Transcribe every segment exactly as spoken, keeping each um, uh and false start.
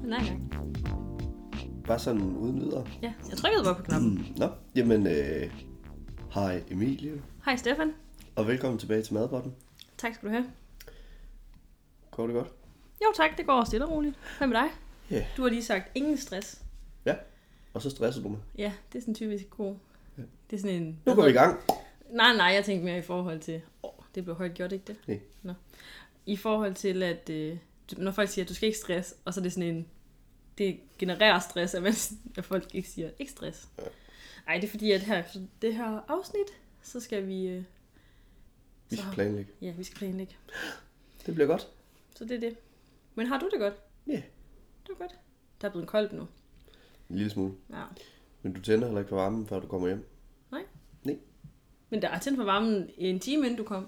den her gang. Bare sådan uden videre. Ja, jeg trykkede bare på knappen. Mm, nå, jamen, øh, hej Emilie. Hej Stefan. Og velkommen tilbage til Madbotten. Tak skal du have. Går det godt? Jo tak, det går stille og roligt. Hvad med dig? Ja. Yeah. Du har lige sagt ingen stress. Ja, og så stresser du mig. Ja, det er sådan typisk god. Ja. Det er sådan en... Nu går vi i gang. Nej, nej, jeg tænkte mere i forhold til... Åh, oh, det blev højt gjort, ikke det? Nej. Nå. I forhold til, at øh, når folk siger, at du skal ikke stress, og så er det sådan en... Det genererer stress, at, man, at folk ikke siger, ikke stress. Nej, ja. Det er fordi, at her, det her afsnit, så skal vi... Øh, vi skal planlægge. Ja, vi skal planlægge. Det bliver godt. Så det er det. Men har du det godt? Ja. Yeah. Det er godt. Der er blevet koldt nu. En lille smule. Ja. Men du tænder heller ikke på varmen, før du kommer hjem? Nej. Nej. Men der er tændt på varmen en time, inden du kom.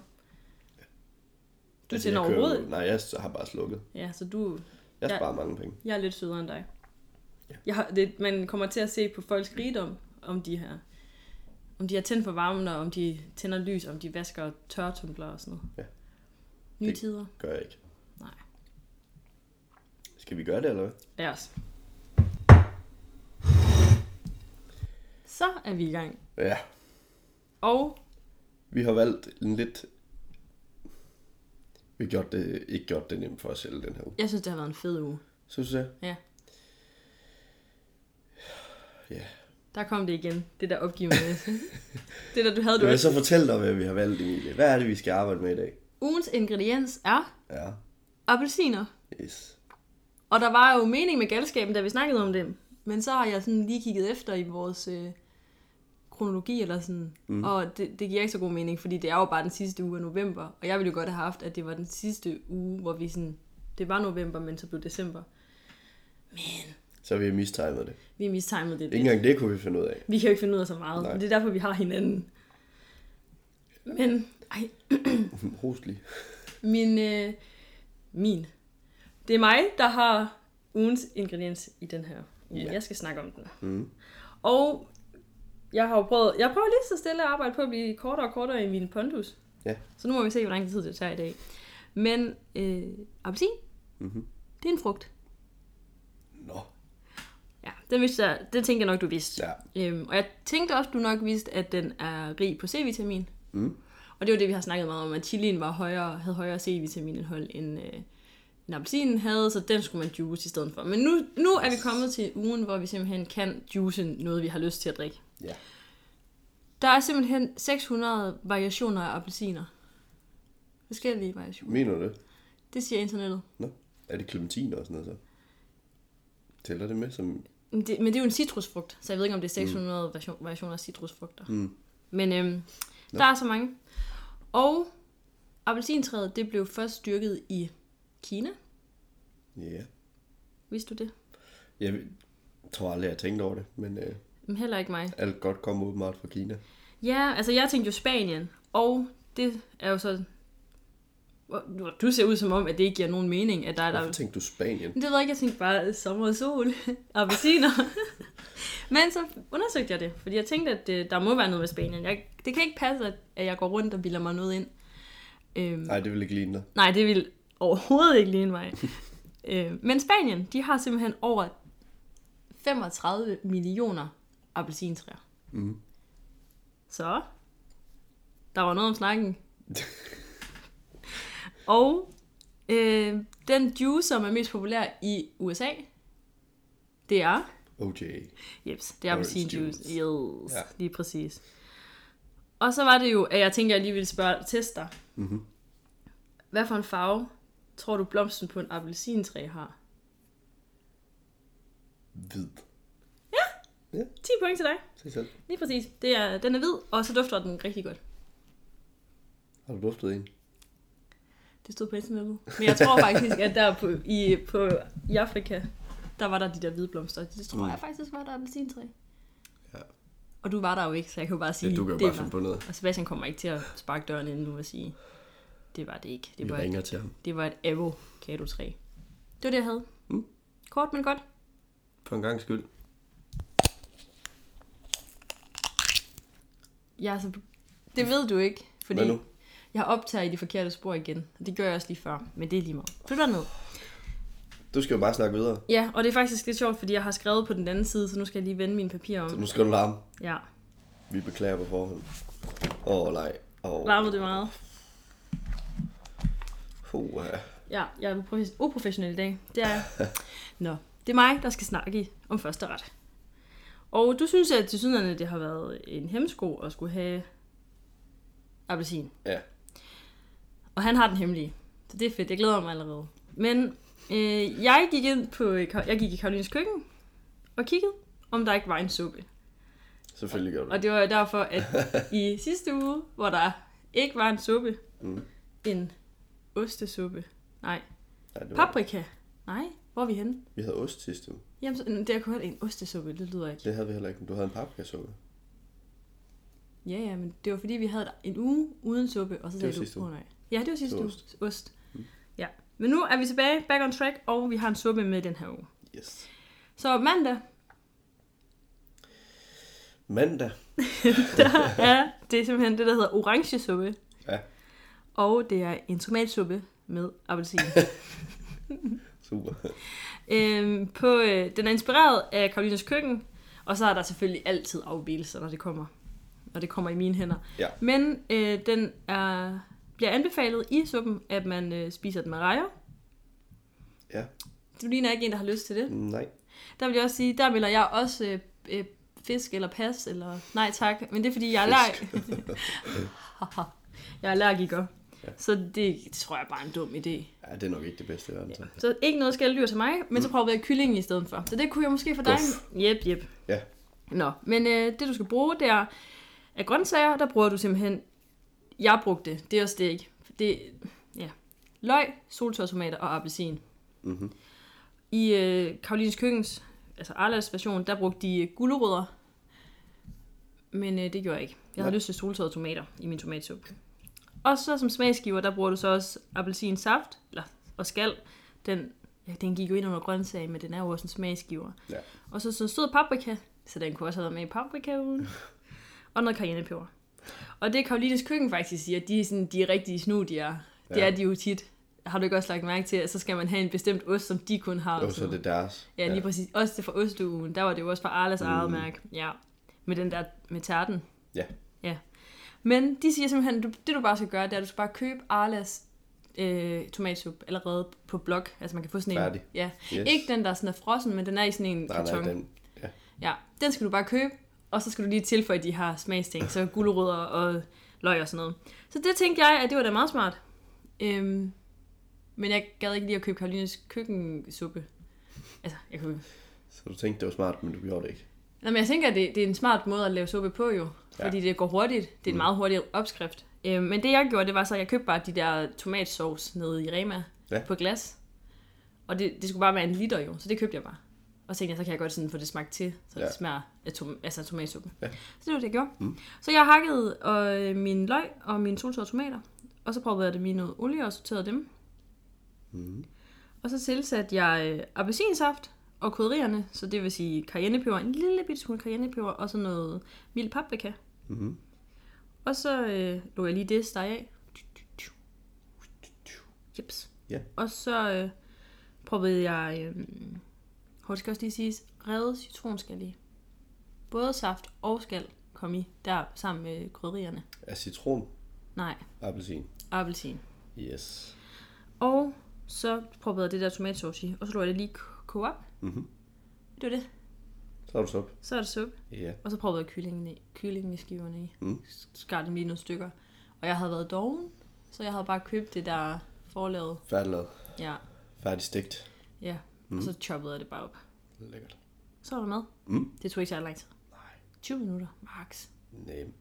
Du altså, tænder overhovedet? Kører, nej, jeg har bare slukket. Ja, så du... Jeg sparer jeg, mange penge. Jeg er lidt sødere end dig. Ja. Jeg har, det, man kommer til at se på folks rigdom, om de her... Om de har tændt for varmen, og om de tænder lys, om de vasker tørretumbler og sådan noget. Ja. Nye det tider. Gør jeg ikke. Nej. Skal vi gøre det, eller hvad? Ja, også. Så er vi i gang. Ja. Og... Vi har valgt en lidt... Vi har gjort det, ikke gjort det nemt for os selv den her uge. Jeg synes, det har været en fed uge. Synes du det? Ja. Ja. Der kom det igen, det der opgivende. Det der, du havde du Jeg vil også. så fortælle dig, hvad vi har valgt, Emilie. Hvad er det, vi skal arbejde med i dag? Ugens ingrediens er Ja. appelsiner. Yes. Og der var jo mening med galskaben, da vi snakkede om det. Men så har jeg sådan lige kigget efter i vores øh, kronologi eller sådan. Mm. Og det, det giver ikke så god mening, fordi det er jo bare den sidste uge af november. Og jeg ville jo godt have haft, at det var den sidste uge, hvor vi sådan... Det var november, men så blev december. Men... Så vi har mistimet det. Vi har mistimet det lidt. Ikke engang det kunne vi finde ud af. Vi kan jo ikke finde ud af så meget. Nej. Det er derfor, vi har hinanden. Men... Ej... Roslig. Min... Øh, min... Det er mig, der har ugens ingrediens i den her uge. Ja. Jeg skal snakke om den. Mm. Og jeg har jo prøvet, jeg prøver lige så stille at arbejde på at blive kortere og kortere i min pondus. Ja. Så nu må vi se, hvor lang tid det tager i dag. Men øh, appelsin, Mm-hmm. det er en frugt. Nå. Ja, den, vidste jeg, den tænkte jeg nok, du vidste. Ja. Øhm, og jeg tænkte også, du nok vidste, at den er rig på C-vitamin. Mm. Og det var det, vi har snakket meget om, at chilien var højere, havde højere C-vitaminindhold end... Øh, en appelsinen havde, så den skulle man juice i stedet for. Men nu, nu er vi kommet til ugen, hvor vi simpelthen kan juice noget, vi har lyst til at drikke. Ja. Der er simpelthen seks hundrede variationer af appelsiner. Forskellige variationer. Mener du det? Det siger internettet. Nå. Er det clementiner og sådan noget så? Tæller det med som... Men det, men det er jo en citrusfrugt, så jeg ved ikke, om det er seks hundrede mm. variation, variationer af citrusfrugter. Mm. Men øhm, der er så mange. Og appelsintræet, det blev først dyrket i Kina. Ja. Yeah. Vidste du det? Jeg tror aldrig, jeg har tænkt over det, men øh, Men heller ikke mig. alt godt kommer åbenbart fra Kina. Ja, altså jeg tænkte jo Spanien, og det er jo så... Du ser ud som om, at det ikke giver nogen mening, at der er... Hvorfor der... tænkte du Spanien? Det ved jeg ikke, jeg tænkte bare sommer og sol, appelsiner. Men så undersøgte jeg det, fordi jeg tænkte, at det, der må være noget med Spanien. Jeg, det kan ikke passe, at, at jeg går rundt og bilder mig noget ind. Øhm, Nej, det vil ikke ligne dig. nej, det vil overhovedet ikke ligne mig. øhm, men Spanien, de har simpelthen over femogtredive millioner appelsintræer. Mm. Så, der var noget om snakken. Og øh, den juice, som er mest populær i U S A, det er... O J. Jeps, det er appelsinjuice. Yes, Ja. lige præcis. Og så var det jo, at jeg tænkte, at jeg lige ville spørge, teste dig. Mm-hmm. Hvad for en farve tror du blomsten på en appelsintræ har? Hvid. Ja, Ja. ti point til dig. Se selv. Lige præcis. Det er, den er hvid, og så dufter den rigtig godt. Har du duftet en? Det stod på internettet. Men jeg tror faktisk, at der på, i, på, i Afrika, der var der de der hvide blomster. Det tror mm. jeg faktisk var der appelsintræ. Ja. Og du var der jo ikke, så jeg kan jo bare sige, Ja, du kan jo det bare var. finde på noget. Og Sebastian kommer ikke til at sparke døren ind nu og sige, det var det ikke. Det Vi var ringer et, til ham. det var et avocado-træ. Det var det, jeg havde. Mm. Kort, men godt. For en gang skyld. Ja, altså, det ved du ikke, fordi Hvad nu? jeg optager i de forkerte spor igen. Og det gør jeg også lige før, men det er lige meget. Flyt dig ned. Du skal jo bare snakke videre. Ja, og det er faktisk lidt sjovt, fordi jeg har skrevet på den anden side, så nu skal jeg lige vende mine papirer om. Så nu skal du larme. Ja. Vi beklager på forhånd. Åh, oh, nej. Oh. Larmede det meget? Puh, ja. Ja, jeg er profes- uprofessionel i dag. Det er jeg. Nå, det er mig, der skal snakke om første ret. Og du synes, at til syderne det har været en hemsko at skulle have appelsin. Ja. Og han har den hemmelige. Så det er fedt, jeg glæder mig allerede. Men øh, jeg gik ind på, jeg gik i Karolines køkken og kiggede, om der ikke var en suppe. Selvfølgelig gør du det. Og det var derfor, at i sidste uge, hvor der ikke var en suppe, mm. en ostesuppe, nej, Nej, det var... paprika, nej, hvor er vi henne? Vi havde ost sidste uge. Jamen, så, det jeg kunne have en ostesuppe, det lyder ikke. Det havde vi heller ikke, men du havde en paprikasuppe. Ja, ja, men det var fordi, vi havde en uge uden suppe, og så sagde du, åh oh, nej. Ja, det var sidste uge. Ost. ost. Mm. Ja, men nu er vi tilbage, back on track, og vi har en suppe med den her uge. Yes. Så mandag. Mandag? Der er det simpelthen det, der hedder orangesuppe. Ja. Og det er en tomatsuppe med appelsin. Super. Øhm, på, øh, den er inspireret af Karolines køkken, og så er der selvfølgelig altid afvigelser, når det kommer, når det kommer i mine hænder. Ja. Men øh, den er, bliver anbefalet i suppen, at man øh, spiser den med rejer. Ja. Du ligner ikke en, der har lyst til det. Nej. Der vil jeg også sige, der vil jeg også øh, øh, fisk eller pas, eller nej tak, men det er fordi, jeg er allerg... jeg er allergiker. Ja. Så det, det tror jeg bare er en dum idé. Ja, det er nok ikke det bedste i verden. Ja. Så ikke noget skældyr til mig, men mm. så prøver jeg kylling i stedet for. Så det kunne jeg måske for dig. Jep, jep. Ja. Nå, men øh, det du skal bruge, det er af grøntsager, der bruger du simpelthen, jeg brugte det, det er også det ikke. Det, ja, løg, soltørtomater og appelsin. Mm-hmm. I øh, Karolines køkkens, altså Arlas version, der brugte de gulerødder, men øh, det gjorde jeg ikke. Jeg havde ja. lyst til soltørrede tomater i min tomatsuppe. Og så som smagsgiver, der bruger du så også appelsinsaft, eller, og skal. Den, ja, den gik jo ind under grøntsagen, men den er jo også en smagsgiver. Ja. Og så sådan sød paprika, så den kunne også have været med i paprikaugen. Og noget cayennepeber. Og det Karolines køkken faktisk siger, at de er, sådan, de er rigtige snudier. Det ja. er de jo tit. Har du ikke også lagt mærke til, at så skal man have en bestemt ost, som de kun har. Jo, så det er deres. Ja, lige ja. præcis. Også det fra osteugen. Der var det jo også fra Arlas mm. eget mærke. Ja, med den der med tærten. Ja. Ja. Men de siger simpelthen, at det du bare skal gøre, det er, at du skal bare købe Arlas øh, tomatsuppe allerede på blok. Altså man kan få sådan en. Færdig. Ja. Yes. Ikke den, der er sådan er frossen, men den er i sådan en nej, karton. Nej, den, ja. ja. Den skal du bare købe, og så skal du lige tilføje, at de har smagsting. Så gulerødder og løg og sådan noget. Så det tænkte jeg, at det var da meget smart. Øhm, men jeg gad ikke lige at købe Karolines køkkensuppe. Altså, jeg kunne... Så du tænkte, det var smart, men du gjorde det ikke? Nå, men jeg tænker, at det, det er en smart måde at lave suppe på jo. Fordi ja. det går hurtigt. Det er en meget hurtig opskrift. Øhm, men det jeg gjorde, det var så, at jeg købte bare de der tomatsauce nede i Rema ja. på glas. Og det, det skulle bare være en liter jo, så det købte jeg bare. Og så tænkte jeg, så kan jeg godt sådan få det smagt til, så ja. det smager af tom, altså tomatsuppe. Ja. Så det var det, jeg gjorde. Mm. Så jeg hakkede øh, min løg og mine soltørrede tomater. Og så prøvede jeg det med noget olie og sorterede dem. Mm. Og så tilsatte jeg øh, appelsinsaft og krydderierne, så det vil sige cayennepeber, en lille bitte smule cayennepeber, og så noget mild paprika. Mm-hmm. Og så øh, lå jeg lige det steg af. Jeps. Yeah. Og så øh, prøvede jeg, øh, hvor skal også lige siges, revet citronskal i. Både saft og skal kom i, der sammen med krydderierne. Er citron? Nej. Appelsin? Appelsin. Yes. Og så prøvede jeg det der tomatsauce i, og så lå jeg det lige koge op. Mm-hmm. Det var det. Så er det suppe. Så er det suppe. Yeah. Og så prøvede jeg kyllingen i, kyllingen i skiverne i. Mm. Skar dem lige nogle stykker. Og jeg havde været doven, så jeg havde bare købt det der forlaget. Færdiglavet. Ja. Færdig stegt. Ja, mm. og så choppede jeg det bare op. Lækkert. Så var der mad. Mm. Det tog ikke så lang tid. Nej. tyve minutter, max. Nemt.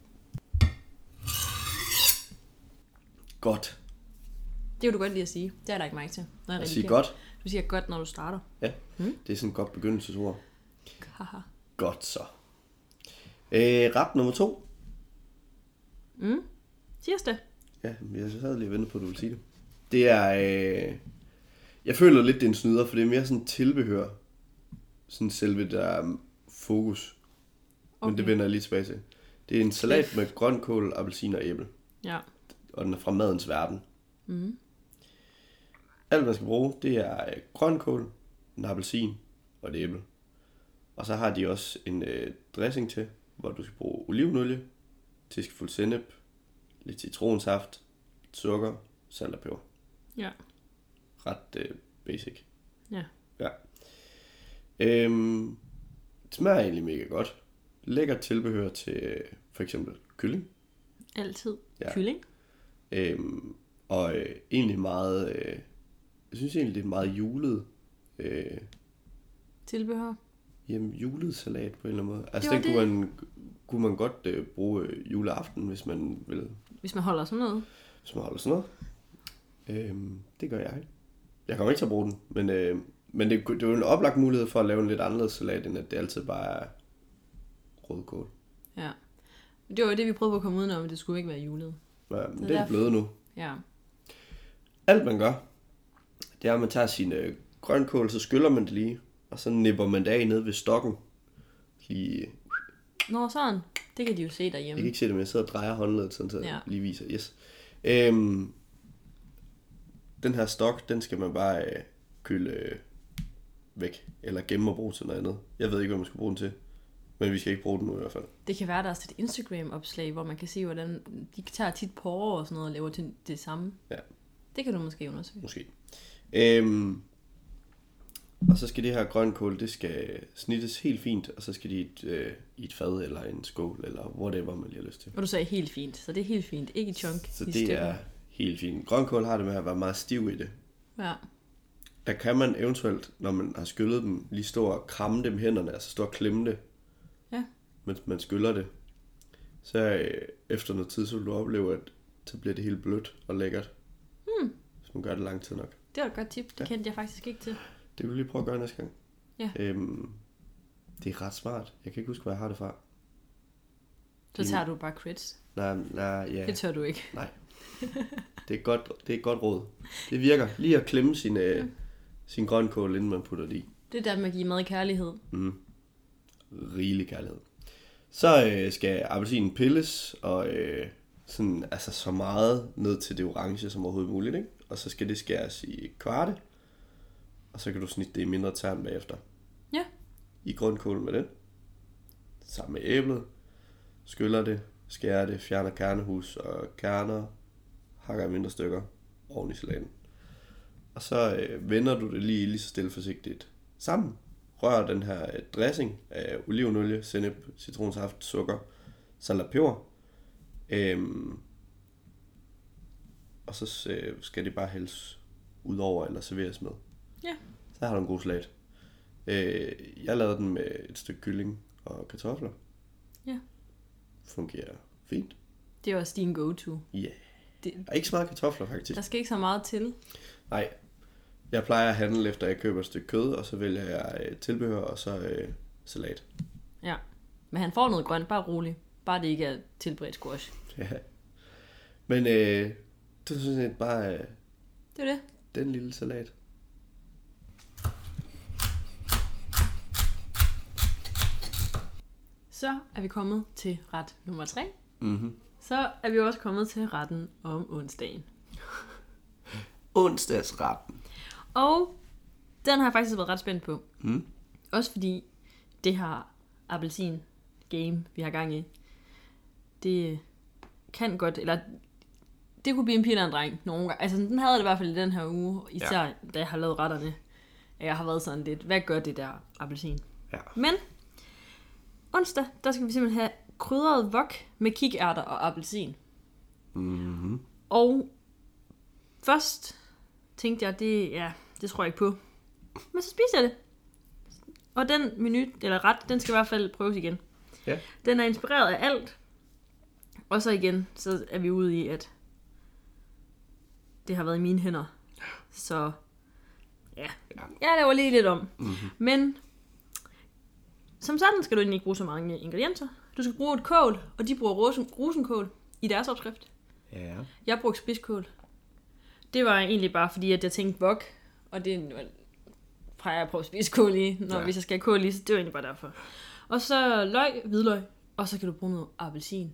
Godt. Det vil du godt lide at sige. Det er der ikke mig til. Når jeg jeg siger godt. Du siger godt, når du starter. Ja, hmm? Det er sådan et godt begyndelsesord. Haha. Godt så. Øh, ret nummer to. Mm. Tirsdag. Ja, jeg havde lige ventet på, at du ville sige det. Det er... Øh, jeg føler lidt, det er en snyder, for det er mere sådan tilbehør. Sådan selve der fokus. Okay. Men det vender jeg lige tilbage til. Det er en salat med grønkål, appelsin og æble. Ja. Og den er fra madens verden. Mm. Alt, man skal bruge, det er øh, grønkål, en appelsin og et æble. Og så har de også en øh, dressing til, hvor du skal bruge olivenolie, teskefuld sennep, lidt citronsaft, sukker, salt og peber. Ja. Ret øh, basic. Ja. Ja. Øhm, det smager egentlig mega godt. Lækkert tilbehør til øh, for eksempel kylling. Altid. Ja. Kylling. Øhm, og øh, egentlig meget, øh, jeg synes egentlig det er meget julet, øh, Tilbehør. jamen julet salat på en eller anden måde. Altså Det den var kunne man, kunne man godt øh, bruge øh, juleaften, hvis man vil, Hvis man holder sådan noget. hvis man holder sådan noget. Øhm, det gør jeg ikke. Jeg kommer ikke til at bruge den, men, øh, men det, det er jo en oplagt mulighed for at lave en lidt anderledes salat, end at det altid bare er rødkål. Ja. Det var jo det, vi prøvede på at komme udenom, men det skulle ikke være julet. Ja, men Så det er derfor- blevet nu. Ja. Alt man gør, det er, at man tager sin øh, grønkål, så skyller man det lige, og så nipper man det af ned ved stokken. Lige, Nå, sådan. Det kan de jo se jeg derhjemme. kan ikke se det, men jeg sidder og drejer håndledet, sådan så jeg Ja. lige viser. Yes. Øhm, den her stok, den skal man bare øh, køle øh, væk, eller gemme og bruge til noget andet. Jeg ved ikke, hvad man skal bruge den til, men vi skal ikke bruge den nu i hvert fald. Det kan være, der er et Instagram-opslag, hvor man kan se, hvordan de tager tit porre og sådan noget og laver til det samme. Ja. Det kan du måske undersøge. Måske. Øhm, og så skal det her grønkål, det skal snittes helt fint, og så skal de i et, øh, i et fad eller en skål, eller whatever man lige har lyst til. Og du sagde helt fint, så det er helt fint. Ikke i chunk. Så i det stykker. er helt fint. Grønkål har det med at være meget stiv i det. Ja. Der kan man eventuelt, når man har skyllet dem, lige stå og kramme dem i hænderne, altså stå og klemme det, Ja. mens man skyller det. Så øh, efter noget tid, så vil du opleve, at så bliver det helt blødt og lækkert. Hmm. Hvis man gør det lang tid nok. Det var et godt tip. Det Ja. kendte jeg faktisk ikke til. Det vil du lige prøve at gøre næste gang. Ja. Øhm, det er ret smart. Jeg kan ikke huske, hvor jeg har det fra. Så tager du bare creds. Nej, nej, ja. Det tør du ikke. Nej. Det er, godt, det er et godt råd. Det virker. Lige at klemme sin, øh, sin grønkål, inden man putter det i. Det er der med at give mad kærlighed. Mm. Rigelig kærlighed. Så øh, skal appelsinen pilles, og øh, sådan, altså så meget ned til det orange som overhovedet muligt, ikke? Og så skal det skæres i kvarte, og så kan du snitte det i mindre tern bagefter. Ja. I grønkål med det. Sammen med æblet. Skyller det, skærer det, fjerner kernehus og kerner, hakker i mindre stykker oven i salaten. Og så øh, vender du det lige lige så stille forsigtigt sammen. Rør den her øh, dressing af olivenolie, sennep, citronsaft, sukker, salt og peber. Øhm, og så øh, skal det bare hældes ud over eller serveres med. Ja. Så har du en god salat. Øh, jeg lavede den med et stykke kylling og kartofler. Ja. Fungerer fint. Det er også din go-to. Ja. Yeah. Det, Der er ikke så meget kartofler faktisk. der skal ikke så meget til. Nej. Jeg plejer at handle efter jeg køber et stykke kød, og så vælger jeg øh, tilbehør og så øh, salat. Ja. Men han får noget grønt, bare roligt. Bare det ikke er tilberedt squash. Ja. Men øh, det er sådan set bare øh, Det er det. den lille salat. Så er vi kommet til ret nummer tre. Mhm. Så er vi også kommet til retten om onsdagen. Onsdagsretten. Og den har jeg faktisk været ret spændt på. Mm. Også fordi det her appelsin game, vi har gang i, det kan godt, eller det kunne blive en pige eller en dreng nogle gange. Altså den havde det i hvert fald i den her uge, især ja. Da jeg har lavet retterne. Jeg har været sådan lidt, hvad gør det der appelsin? Ja. Men onsdag, der skal vi simpelthen have krydret wok med kikærter og appelsin. Mhm. Og først tænkte jeg, det, ja, det tror jeg ikke på. Men så spiste jeg det. Og den menu, eller ret, den skal i hvert fald prøves igen. Ja. Den er inspireret af alt. Og så igen, så er vi ude i, at det har været i mine hænder. Så ja, Ja. jeg laver lige lidt om. Mhm. Men som sådan skal du egentlig ikke bruge så mange ingredienser. Du skal bruge et kål, og de bruger rosen, rosenkål i deres opskrift. Ja. Jeg brugte spidskål. Det var egentlig bare fordi, at jeg tænkte wok, og det plejer jeg at prøve spidskål i, når Ja. hvis jeg skal have kål i, så det var egentlig bare derfor. Og så løg, hvidløg, og så kan du bruge noget appelsin.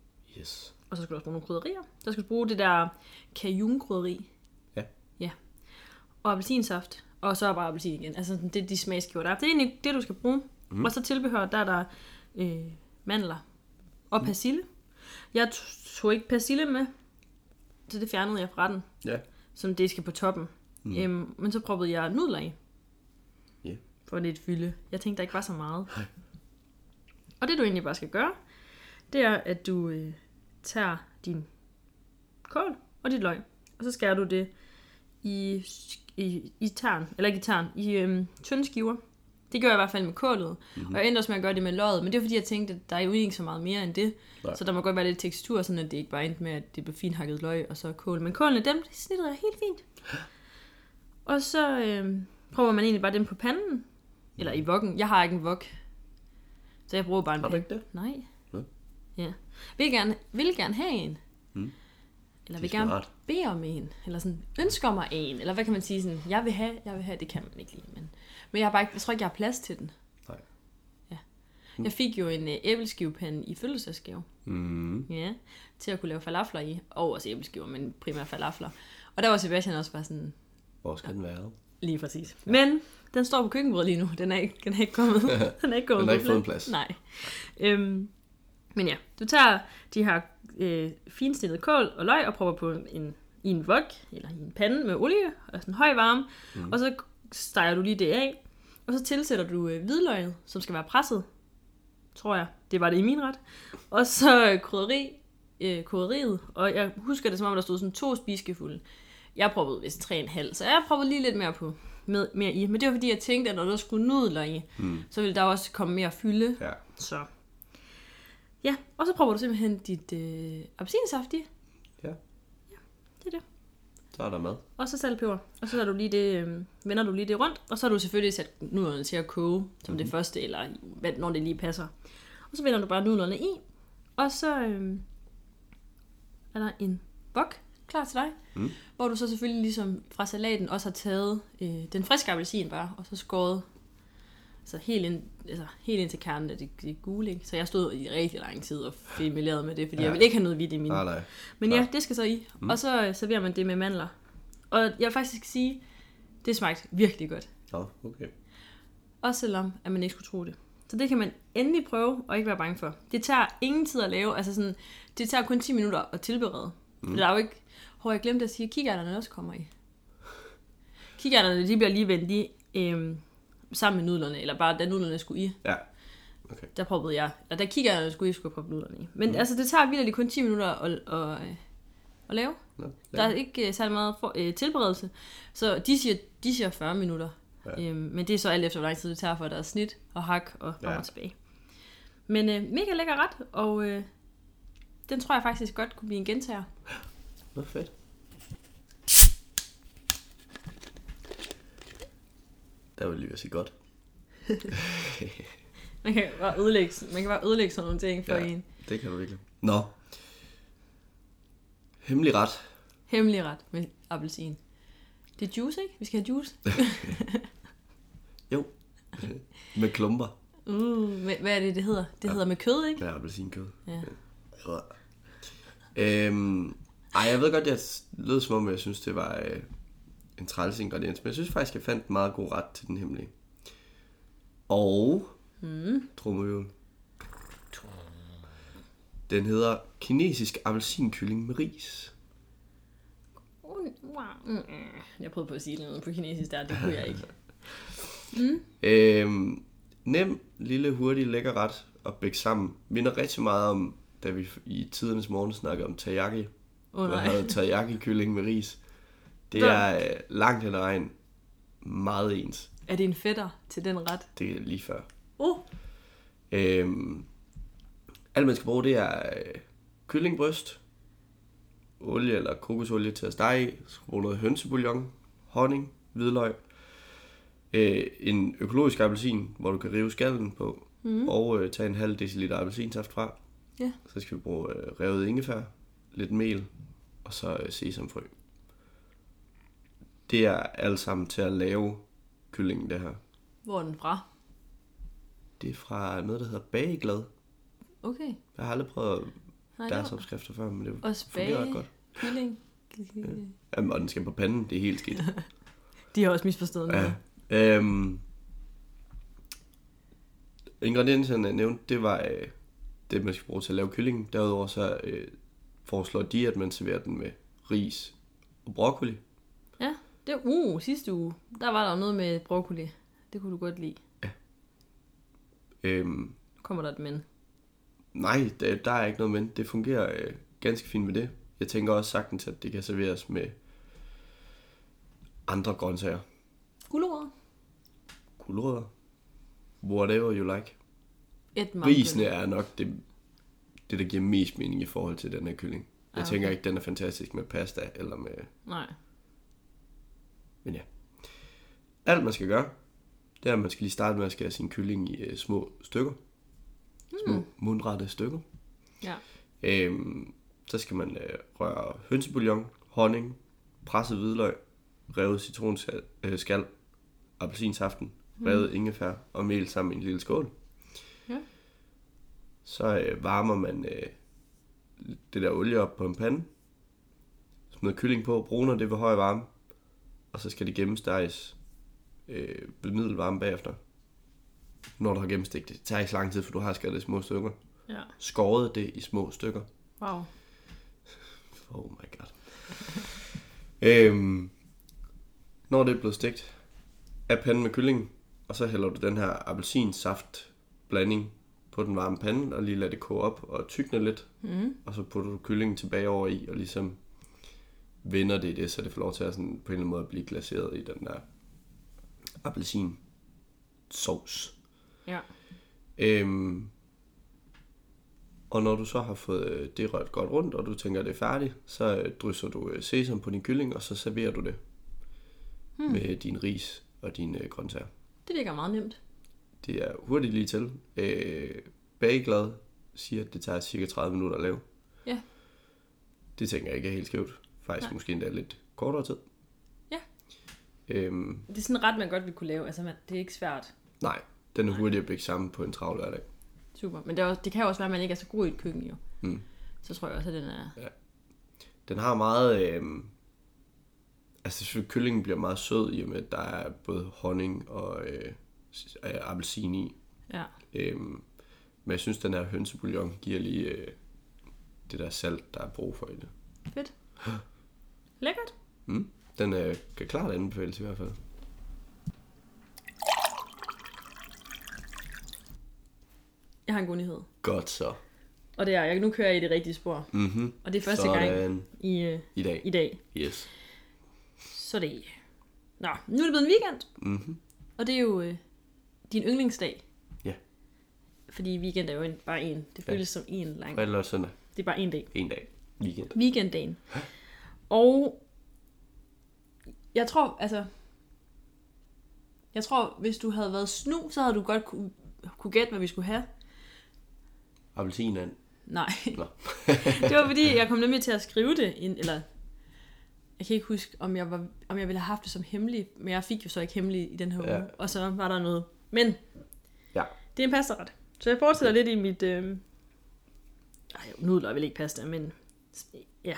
Yes. Og så skal du også bruge nogle krydderier. Så skal du bruge det der cajun-krydderi. Ja. Ja. og appelsinsaft, og så bare appelsin igen. Altså det er de smagsgiver, der er. Det er egentlig det, du skal bruge. Mm. Og så tilbehør, der er der øh, mandler og persille. Jeg tog ikke persille med, så det fjernede jeg fra den, ja. som det skal på toppen. Mm. Øhm, men så proppede jeg nudler i. Yeah. For lidt fylde. Jeg tænkte, der ikke var så meget. Hej. Og det du egentlig bare skal gøre, det er, at du øh, tager din kål og dit løg, og så skærer du det i, i, i tern, eller ikke i tern, i øhm, tynde skiver. Det gør jeg i hvert fald med kålet, mm-hmm. og jeg endte også med at gøre det med løget, men det er fordi, jeg tænkte, at der er jo ikke så meget mere end det. Nej. Så der må godt være lidt tekstur, sådan at det ikke bare endte med, at det blev fint hakket løg og så kål. Men kålene, dem snitter jeg helt fint. Og så øhm, prøver man egentlig bare dem på panden, eller i wokken. Jeg har ikke en wok, så jeg bruger bare en pande. Har du ikke det? Nej. Ja. Ja. Vil gerne, vil gerne have en. Mm. Eller vil gerne bede om en. Eller sådan, ønsker mig en. Eller hvad kan man sige? Sådan, jeg vil have, jeg vil have. Det kan man ikke lide. Men, men jeg, har bare ikke, jeg tror ikke, jeg har plads til den. Nej. Ja. Mm. Jeg fik jo en uh, æbleskivepande i fødselsdagsgave. Mm. Ja. Til at kunne lave falafler i. Og også æbleskiver, men primært falafler. Og der var Sebastian også bare sådan... Hvor skal den være? Lige præcis. Ja. Men den står på køkkenbordet lige nu. Den er ikke, den er ikke kommet. Den er ikke kommet. Den har ikke fået en plads. Nej. Øhm, men ja, du tager de her øh, finsnittede kål og løg og prøver på en, i en wok, eller i en pande med olie og sådan høj varme. Mm. Og så steger du lige det af. Og så tilsætter du øh, hvidløget, som skal være presset. Tror jeg. Det var det i min ret. Og så øh, krydderi, øh, krydderiet. Og jeg husker det, som om der stod sådan to spiseskefulde. Jeg prøvede vist tre komma fem, så jeg prøvede lige lidt mere på med, mere i. Men det var fordi, jeg tænkte, at når der skulle nudler i, mm. så ville der også komme mere fylde. Ja. Så. Ja, og så prøver du simpelthen dit øh, appelsinsaft i. Ja. Ja, det er det. Så er der mad. Og så saltpeber. Og så er du lige det, øh, vender du lige det rundt. Og så har du selvfølgelig sat nudlerne til at koge, som mm-hmm. det første, eller når det lige passer. Og så vender du bare nudlerne i. Og så øh, er der en wok klar til dig. Mm. Hvor du så selvfølgelig ligesom fra salaten også har taget øh, den friske appelsin bare, og så skåret altså helt, ind, altså helt ind til kernen af det, det gule, ikke? Så jeg stod i rigtig lang tid og filmelerede med det, fordi ja. jeg ville ikke have noget hvidt i min. Nej, nej. Men ja, det skal så i. Mm. Og så serverer man det med mandler. Og jeg vil faktisk sige, det smagte virkelig godt. Ja, okay. Også selvom, at man ikke skulle tro det. Så det kan man endelig prøve, og ikke være bange for. Det tager ingen tid at lave, altså sådan, det tager kun ti minutter at tilberede. Mm. Der er jo ikke, hvor jeg glemte at sige, at kikærterne også kommer i. Kikærterne, de bliver lige vendt i, øhm, sammen med nudlerne, eller bare da nudlerne skulle i. Ja, okay. Der proppede jeg, eller da kikærterne skulle i, skulle jeg proppe nudlerne i. Men mm. altså, det tager virkelig kun ti minutter at, at, at, at lave. No, der er ikke særlig meget for, øh, tilberedelse. Så de siger, de siger fyrre minutter. Ja. Øhm, men det er så alt efter, hvor lang tid det tager for, der er snit og hak og frem ja. og tilbage. Men øh, mega lækker ret, og øh, den tror jeg faktisk godt kunne blive en gentager. Hvor fedt. Der vil lige være sige godt. man, kan bare ødelægge, man kan bare ødelægge sådan nogle ting for ja, en. Det kan du virkelig. Nå. Hemmelig ret. Hemmelig ret med appelsin. Det er juice, ikke? Vi skal have juice. Jo. Med klumper. Uh, hvad er det, det hedder? Det ja. hedder med kød, ikke? Ja, appelsinkød. Ja. Ja. Øhm, ej, jeg ved godt, jeg lød som om, jeg synes, det var øh, en træls ingrediens. Men jeg synes faktisk, jeg fandt en meget god ret til den hemmelige. Og... Mm. Trommeøvel. Den hedder kinesisk appelsinkylling med ris. Jeg prøvede på at sige noget på kinesisk der, det kunne jeg ikke. Mm. Øhm, nem, lille, hurtig, lækker ret at bække sammen. Minder rigtig meget om, da vi i tidernes morgen snakkede om teriyaki. Oh, nej. Havde teriyaki-kylling med ris. Det der. er øh, langt hen ad vejen meget ens. Er det en fætter til den ret? Det er lige før. Uh. Øhm, alt man skal bruge, det er øh, kyllingbryst, olie eller kokosolie til at stege i, så bruge noget hønsebouillon, honning, hvidløg, øh, en økologisk appelsin, hvor du kan rive skallen på, mm. og øh, tage en halv deciliter appelsinsaft fra. Yeah. Så skal vi bruge øh, revet ingefær, lidt mel, og så øh, sesamfrø. Det er alt sammen til at lave kyllingen, det her. Hvor er den fra? Det er fra noget, der hedder Bageglad. Okay. Jeg har aldrig prøvet Nej, deres opskrifter før, men det og fungerer ret godt. Kylling. Ja. Jamen, og den skal på panden, det er helt skidt. De har også misforstået noget. Ja. Øhm, ingredienserne, jeg nævnte, det var øh, det, man skal bruge til at lave kyllingen. Derudover så øh, foreslår de, at man serverer den med ris og broccoli. Ja, det var uh, sidste uge. Der var der noget med broccoli. Det kunne du godt lide. Ja. Øhm, Nu kommer der et men. Nej, der, der er ikke noget men. Det fungerer øh, ganske fint med det. Jeg tænker også sagtens, at det kan serveres med andre grøntsager. Gulerødder. Gulerødder. Whatever you like. Et Risene er nok det, det, der giver mest mening i forhold til den her kylling. Jeg Ah, tænker okay. ikke, den er fantastisk med pasta eller med... Nej. Men ja. Alt man skal gøre, det er, at man skal lige starte med at skære sin kylling i uh, små stykker. Små Mm. mundrette stykker. Ja. Øhm, så skal man øh, røre hønsebouillon, honning, presset hvidløg, revet citronskal, øh, skal, appelsinsaften, revet ingefær og mel sammen i en lille skål. Ja. Så øh, varmer man øh, det der olie op på en pande, smider kylling på, bruner det ved høj varme, og så skal det gennemsteges øh, ved middelvarme bagefter. Når du har gennemstegt det. Det tager ikke så lang tid, for du har skåret det i små stykker. Ja. Skåret det i små stykker. Wow. Oh my god. øhm, når det er blevet stegt af panden med kyllingen, og så hælder du den her appelsinsaft blanding på den varme pande, og lige lader det koge op og tykne lidt. Mm. Og så putter du kyllingen tilbage over i, og ligesom vender det i det, så det får lov til at sådan, på en eller anden måde at blive glaseret i den der appelsinsauce. Ja. Øhm, og når du så har fået det rørt godt rundt, og du tænker, at det er færdigt, så drysser du sesam på din kylling, og så serverer du det hmm. med din ris og dine grøntsager. Det virker meget nemt. Det er hurtigt lige til. Øh, Bageglad siger, at det tager cirka tredive minutter at lave. Ja. Det tænker jeg ikke er helt skævt. Faktisk Nej. måske endda lidt kortere tid. Ja. Øhm, Det er sådan ret, man godt vil kunne lave. Altså, man- det er ikke svært. nej, den er hurtigt at bække sammen på en travl hverdag. Super. Men det, er også, det kan jo også være, at man ikke er så god i et køkken, jo. Mm. Så tror jeg også, at den er... Den har meget... Øh, altså selvfølgelig kyllingen bliver meget sød i og med, at der er både honning og øh, s- øh, appelsin i. Ja. Øhm, men jeg synes, den her hønsebouillon giver lige øh, det der salt, der er brug for i det. Fedt. Lækkert. Mm. Den øh, kan klart anbefales i hvert fald. Jeg har en god nyhed. Godt så. Og det er, jeg nu kører jeg i det rigtige spor. Mm-hmm. Og det er første Sådan. gang i, øh, I dag. i dag. Yes. Så det Nå, nu er det blevet en weekend. Mm-hmm. Og det er jo øh, din yndlingsdag. Ja. Fordi weekend er jo en, bare en. Det føles ja. som en lang. Fredag og søndag. Det er bare en dag. En dag. Weekend. Weekenddagen. Og jeg tror, altså... Jeg tror, hvis du havde været snu, så havde du godt kunne, kunne gætte, hvad vi skulle have. Appelsinand. Nej. Nå. Det var fordi, jeg kom nemlig til at skrive det, ind, eller... Jeg kan ikke huske, om jeg, var, om jeg ville have haft det som hemmeligt, men jeg fik jo så ikke hemmeligt i den her uge. Ja. Og så var der noget. Men Ja. det er en pastaret. Så jeg fortsætter lidt i mit... Øh... Ej, nudler er vel ikke pasta, men... Ja.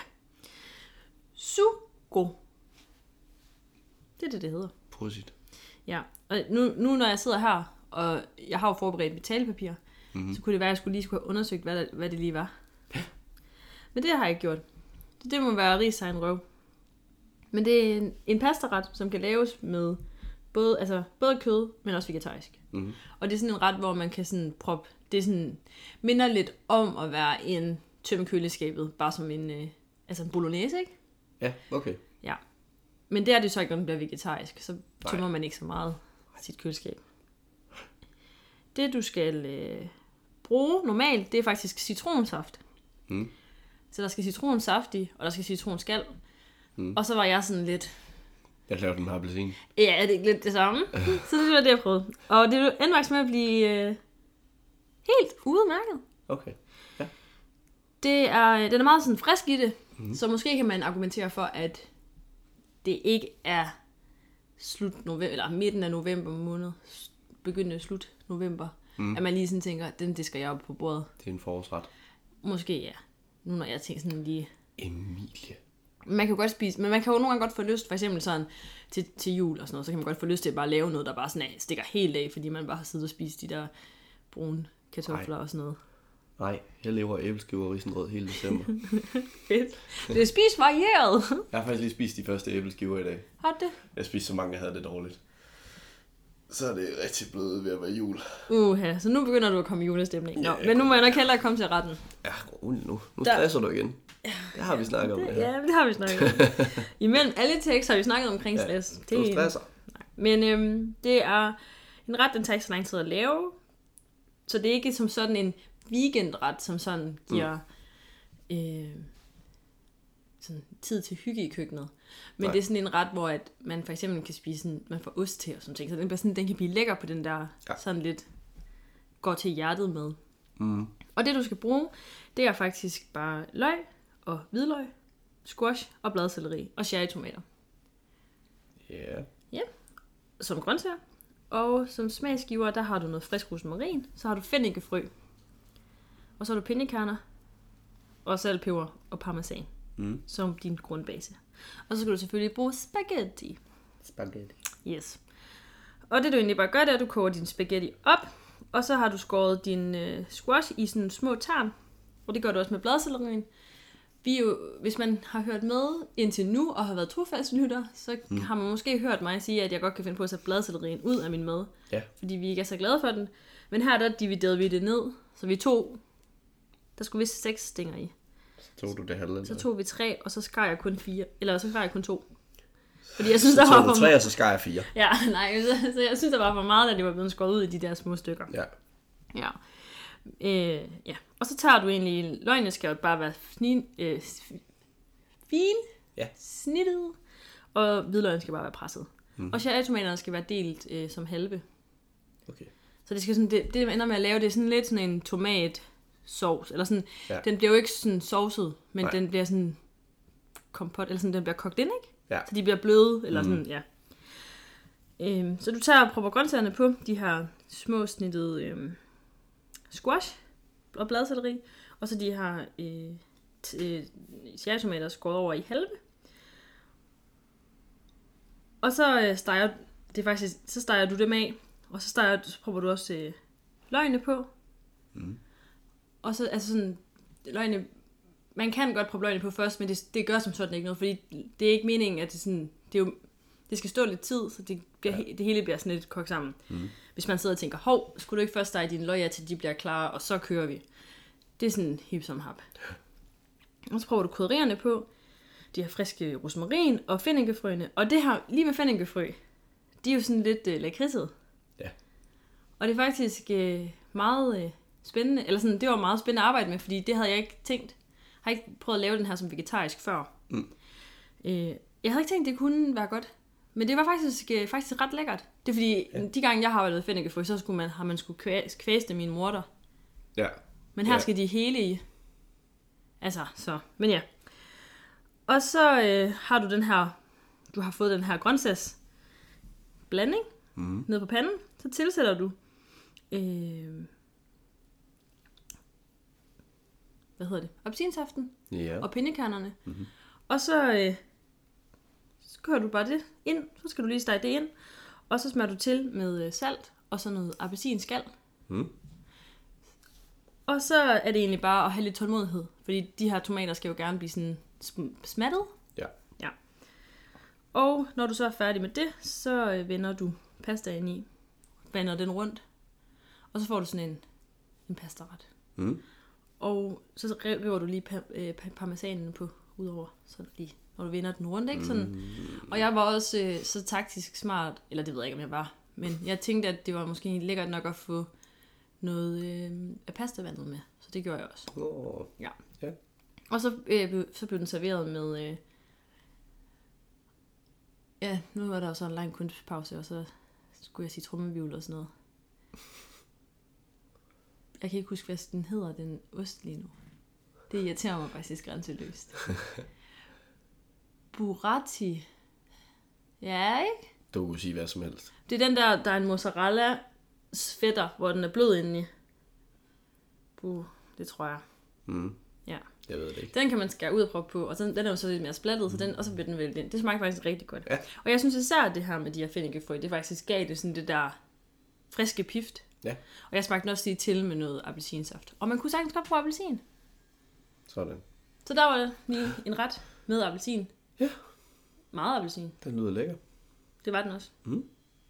Sugo. Det er det, det hedder. Prosit. Ja, og nu, nu når jeg sidder her, og jeg har jo forberedt mit talepapir, mm-hmm. så kunne det være, at jeg skulle lige skulle have undersøgt, hvad, der, hvad det lige var. Men det har jeg ikke gjort. Det, det må være ris egen røv. Men det er en, en pastaret, som kan laves med både, altså, både kød, men også vegetarisk. Mm-hmm. Og det er sådan en ret, hvor man kan sådan proppe, det er sådan, minder lidt om at være en tømme køleskabet, bare som en, øh, altså en bolognese, ikke? Ja, okay. Ja. Men det er det jo så ikke, når den bliver vegetarisk. Så tømmer man ikke så meget sit køleskab. Det, du skal øh, bruge normalt, det er faktisk citronsaft. Mm. Så der skal citronsaft i, og der skal citronskal. Mm. Og så var jeg sådan lidt... Jeg lavede den med appelsin. Ja, er det ikke lidt det samme? Så det var det, jeg prøvede. Og det endte faktisk med at blive øh, helt udmærket. Okay. Ja. Det er, den er meget sådan frisk i det, Mm. så måske kan man argumentere for, at det ikke er slut november, eller midten af november måned, begyndende slut november, mm. at man lige sådan tænker, den det skal jeg op på bordet. Det er en forårsret. Måske ja. Nu når jeg tænker sådan lige... Emilie. Man kan jo godt spise, men man kan jo nogle gange godt få lyst, for eksempel sådan til, til jul og sådan noget, så kan man godt få lyst til at bare lave noget, der bare sådan af, stikker helt af, fordi man bare har siddet og spist de der brune kartofler Ej. og sådan noget. Nej, jeg lever af æbleskiver og risengrød hele december. Fedt. Det er spist varieret. Jeg har faktisk lige spist de første æbleskiver i dag. Har du det? Jeg spiste så mange, jeg havde det dårligt. Så er det rigtig blevet ved at være jul. Uha, så nu begynder du at komme i julestemning. Nå, ja, men nu må jeg nok hellere komme til retten. Ja, roligt nu. Nu stresser der... du igen. Det har vi snakket om. Det, det ja, det har vi snakket om. Imellem alle tekster har vi snaktet omkring stress. Ja, du stresser. Nej. Men øhm, det er en ret, den tager ikke så lang tid at lave. Så det er ikke som sådan en weekendret, som sådan giver mm. øh, sådan tid til hygge i køkkenet. Men Nej. det er sådan en ret, hvor at man for eksempel kan spise sådan, man får ost til og sådan ting. Så den, bliver sådan, den kan blive lækker på den der, ja. sådan lidt går til hjertet med. Mm. Og det du skal bruge, det er faktisk bare løg og hvidløg, squash og bladselleri og cherrytomater. Ja. Yeah. Ja, som grøntsager. Og som smagsgiver, der har du noget frisk rosmarin, så har du fennikelfrø, og så har du pinjekerner, og salt, peber og parmesan, mm. som din grundbase. Og så skal du selvfølgelig bruge spaghetti. Spaghetti. Yes. Og det du egentlig bare gør, det er, at du koger din spaghetti op, og så har du skåret din øh, squash i sådan små tern, og det gør du også med bladsellerien. Vi jo, hvis man har hørt med indtil nu, og har været trofast lytter, så mm. har man måske hørt mig sige, at jeg godt kan finde på at sætte bladsellerien ud af min mad. Ja. Fordi vi ikke er så glade for den. Men her der dividerede vi det ned, så vi tog, der skulle vist seks stænger i. Så tog du det halve. Så tog vi tre, og så skar jeg kun fire, eller så skar jeg kun to. Fordi jeg synes, der så var tog for du tre, og så skar jeg fire. Ja, nej, så, så jeg synes, der var for meget, at det var blevet skåret ud i de der små stykker. Ja. Ja. Øh, ja. Og så tager du egentlig, løgene skal jo bare være fin, øh, fin ja. snittet, og hvidløgene skal bare være presset. Mm. Og cherrytomaterne skal være delt øh, som halve. Okay. Så det skal sådan, det, det ender med at lave, det er sådan lidt sådan en tomatsovs, eller sådan, ja. Den bliver jo ikke sådan sovset, men Nej. Den bliver sådan kompot, eller sådan, den bliver kogt ind, ikke? Ja. Så de bliver bløde, eller mm. sådan, ja. Øhm, så du tager og propper grøntsagerne på, de her små snittede øhm, squash og bladselleri, og så de her øh, t- øh, cherrytomater skåret over i halve. Og så øh, steger, det er faktisk, så steger du dem af, og så, steger, så propper du også øh, løgene på. Mm. Og så, altså sådan, løgene, man kan godt proppe løgene på først, men det, det gør som sådan ikke noget, fordi det er ikke meningen, at det sådan, det er jo, det skal stå lidt tid, så det, bliver, ja. det hele bliver sådan lidt kogt sammen. Mm. Hvis man sidder og tænker, hov, skulle du ikke først stege dine løg, til de bliver klare, og så kører vi. Det er sådan hip som hap. Og så prøver du krydderierne på, de her friske rosmarin og fennikelfrøene. Og det her, lige med fennikelfrø, de er jo sådan lidt øh, lakridset. Ja. Og det er faktisk øh, meget øh, spændende, eller sådan, det var meget spændende at arbejde med, fordi det havde jeg ikke tænkt. Jeg har ikke prøvet at lave den her som vegetarisk før. Mm. Øh, jeg havde ikke tænkt, det kunne være godt. Men det var faktisk, øh, faktisk ret lækkert. Det er fordi, ja. De gange jeg har været fennikelfrø, så skulle man, har man skulle kvæ- kvæste mine morter. Ja. Men her ja. Skal de hele i. Altså, så. Men ja. Og så øh, har du den her, du har fået den her grøntsags blanding mm. ned på panden. Så tilsætter du øh, hvad hedder det? Appelsinsaften ja. Og pinjekernerne. Mm-hmm. Og så, øh, så kører du bare det ind. Så skal du lige stege det ind. Og så smager du til med øh, salt og så noget appelsinskal. Mm. Og så er det egentlig bare at have lidt tålmodighed. Fordi de her tomater skal jo gerne blive sådan smattet. Ja. Ja. Og når du så er færdig med det, så øh, vender du pastaen i. Vender den rundt. Og så får du sådan en, en pastaret. Mm. Og så river du lige pa- øh, parmesanen på udover, så lige, når du vender den rundt, ikke? Sådan. Mm. Og jeg var også øh, så taktisk smart, eller det ved jeg ikke, om jeg var, men jeg tænkte, at det var måske lækkert nok at få noget øh, af pastavandet med, så det gjorde jeg også. Oh. Ja. Ja. Og så, øh, så blev den serveret med, øh, ja, nu var der jo så en lang kunstpause, og så skulle jeg sige trummevivl og sådan noget. Jeg kan ikke huske, hvad den hedder, den ost lige nu. Det irriterer mig faktisk grænseløst. Burrati. Ja, ikke? Du kunne sige hvad som helst. Det er den der, der er en mozzarella fætter, hvor den er blød indeni. Buh, det tror jeg. Mm. Ja. Jeg ved det ikke. Den kan man skære ud og proppe på, og så, den er jo så lidt mere splattet, så den, og så bliver den væltet ind. Det smager faktisk rigtig godt. Ja. Og jeg synes især, at det her med de her fennikelfrø, det faktisk gav det sådan det der friske pift. Ja. Og jeg smagte også lige til med noget appelsinsaft. Og man kunne sagtens godt bruge appelsin. Sådan. Så der var det lige en ret med appelsin. Ja. Meget appelsin. Den lyder lækker. Det var den også. Mm.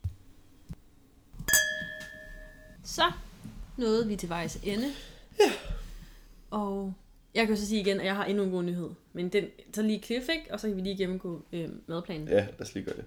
Så nåede vi til vejs ende. Ja. Og jeg kan jo så sige igen, at jeg har endnu en god nyhed. Men den, så lige cliff, ikke? Og så kan vi lige gennemgå øh, madplanen. Ja, lad os lige gøre det.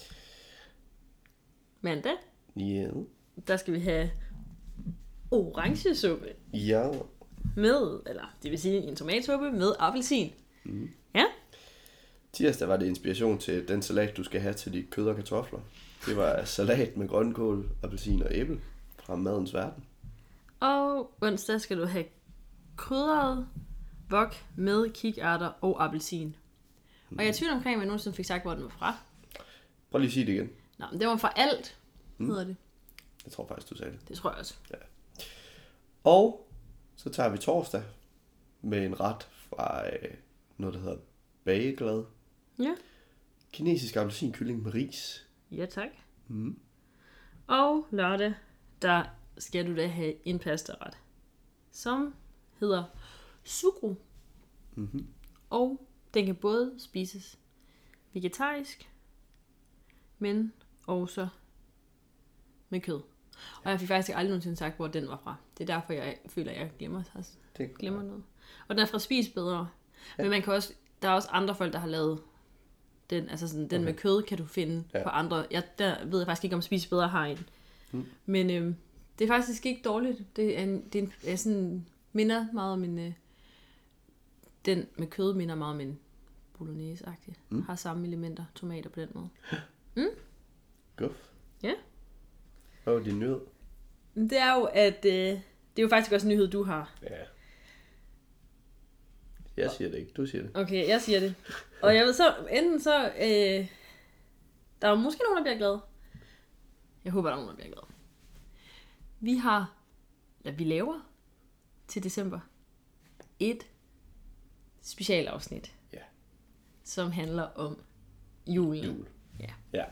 Mandag, Ja. der skal vi have orangesuppe Ja. med, eller det vil sige en tomatsuppe med appelsin. Mm. Ja. Tirsdag var det inspiration til den salat, du skal have til de kød og kartofler. Det var salat med grønkål, appelsin og æble fra madens verden. Og onsdag skal du have krydret wok med kikærter og appelsin. Og jeg er i tvivl omkring, hvad nogen som fik sagt, hvor den var fra. Prøv lige at sige det igen. Nå, men det var fra alt, Mm. hedder det. Jeg tror faktisk, du sagde det. Det tror jeg også. Ja. Og så tager vi torsdag med en ret fra øh, noget, der hedder bageglad. Ja. Kinesisk appelsinkylling med ris. Ja, tak. Mm. Og lørdag, der skal du da have en pastaret, som hedder sugru. Mm-hmm. Og den kan både spises vegetarisk, men også med kød. Og jeg fik faktisk aldrig nogensinde sagt, hvor den var fra. Det er derfor, jeg føler, at jeg glemmer, altså, Det glemmer noget. Og den er fra Spis Bedre. Ja. Men man kan også, der er også andre folk, der har lavet den. Altså sådan, den Okay. med kød kan du finde Ja. på andre. Jeg, der ved jeg faktisk ikke, om Spis Bedre har en. Mm. Men øhm, det er faktisk ikke dårligt. Det er, en, det er, en, er sådan, minder meget om en... Øh, den med kød minder meget om en bolognese-agtig. Mm. Har samme elementer, tomater på den måde. Guf. Ja. Hvad var din nyhed? Men det er jo, at... Øh, det er jo faktisk også en nyhed, du har. Ja. Jeg siger det ikke, du siger det. Okay, jeg siger det. Og jeg ved så, enten så... Øh, der er måske nogen, der bliver glade. Jeg håber, der er nogen, der bliver glade. Vi har... Eller vi laver til december et specialafsnit, Ja. som handler om julen. Jul. Ja. Ja.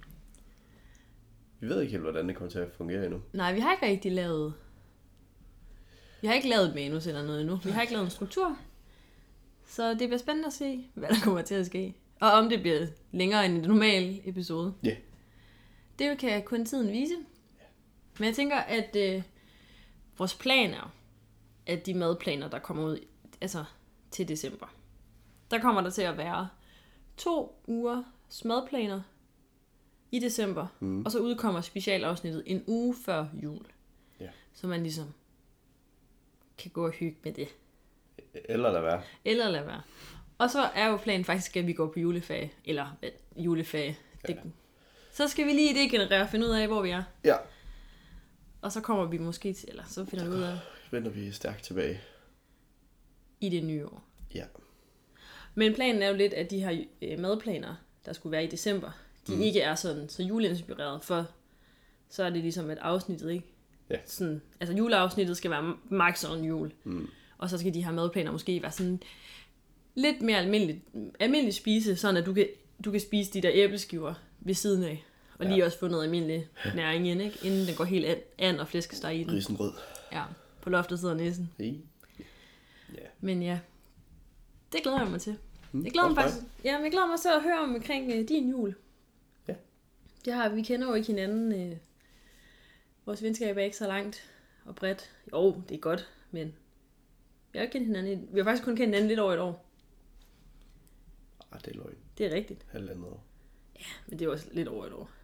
Vi ved ikke helt, hvordan det kommer til at fungere endnu. Nej, vi har ikke rigtig lavet... Vi har ikke lavet et manus eller noget endnu. Vi har ikke lavet en struktur. Så det bliver spændende at se, hvad der kommer til at ske. Og om det bliver længere end en normal episode. Ja. Det kan kun tiden vise. Men jeg tænker, at øh, vores plan er, at de madplaner, der kommer ud altså til december, der kommer der til at være to uger madplaner i december, Mm. og så udkommer specialafsnittet en uge før jul. Ja. Så man ligesom kan gå og hygge med det. Eller lad være. Eller lade være. Og så er jo planen faktisk, at vi går på juleferie. Eller hvad, juleferie. Det, Ja. Så skal vi lige degenerere og finde ud af, hvor vi er. Ja. Og så kommer vi måske til, eller så finder vi ud af Vender vi stærkt tilbage. i det nye år. Ja. Men planen er jo lidt, at de her øh, madplaner, der skulle være i december, de mm. ikke er sådan så juleinspireret, for så er det ligesom et afsnittet, ikke? Ja. Sådan, altså juleafsnittet skal være max on jul. Mm. Og så skal de her madplaner måske være sådan lidt mere almindeligt, almindelig spise, sådan at du kan, du kan spise de der æbleskiver ved siden af. Og Ja. lige også få noget almindelig næring ind, ikke? Inden den går helt an, an og flæskesteg i den. Risengrød. Ja, på loftet sidder næsen. Hey. Ja. Men ja, det glæder jeg mig til. Mm. Jeg glæder mig Også faktisk, ja, men jeg glæder mig til at høre om omkring øh, din jul. Ja. Det har, vi kender jo ikke hinanden. Øh, vores venskab er ikke så langt og bredt. Jo, det er godt, men vi har ikke kendt hinanden. i- Vi har faktisk kun kendt hinanden lidt over et år. Ah, det er løgn. Det er rigtigt. Halvandet år. Men det er også lidt over et år.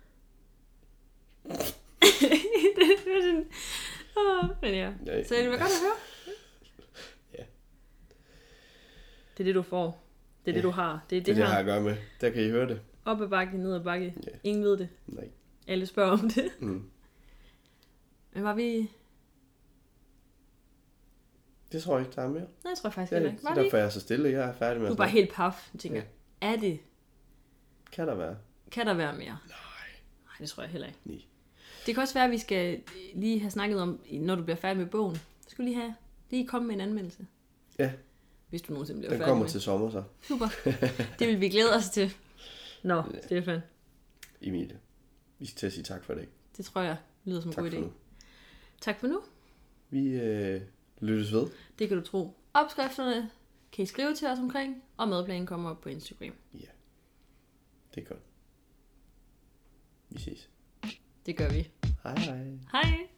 det er sådan... Åh, men ja. Ja, Så det var godt at høre. Ja. Det er det, du får. Det er det, Ja. du har. Det er det, Det er det, jeg har her. at gøre med. Der kan I høre det. Op ad bakke, ned ad bakke. Ja. Ingen ved det. Nej. Alle spørger om det. Mm. Men var vi... Det tror jeg ikke, der er mere. Nej, jeg tror faktisk Ja, heller det ikke. er Var vi derfor, ikke? jeg er så stille. Jeg er færdig med Du at er bare snakke. helt paf. Jeg tænker, er det? Kan der være? Kan der være mere? Nej. Nej, det tror jeg heller ikke. Nej. Det kan også være, at vi skal lige have snakket om, når du bliver færdig med bogen. Du skal lige have lige komme med en anmeldelse. Ja. Vi hvis du nogensinde bliver Den færdig kommer med. til sommer så. Super. Det vil vi glæde os til. Nå, Stefan. Emilie, vi skal til at sige tak for det. Det tror jeg lyder som en Tak god for idé. nu. Tak for nu. Vi øh, lyttes ved. Det kan du tro. Opskrifterne kan I skrive til os omkring, og madplanen kommer op på Instagram. Ja, det er godt. Vi ses. Det gør vi. Hej hej. Hej.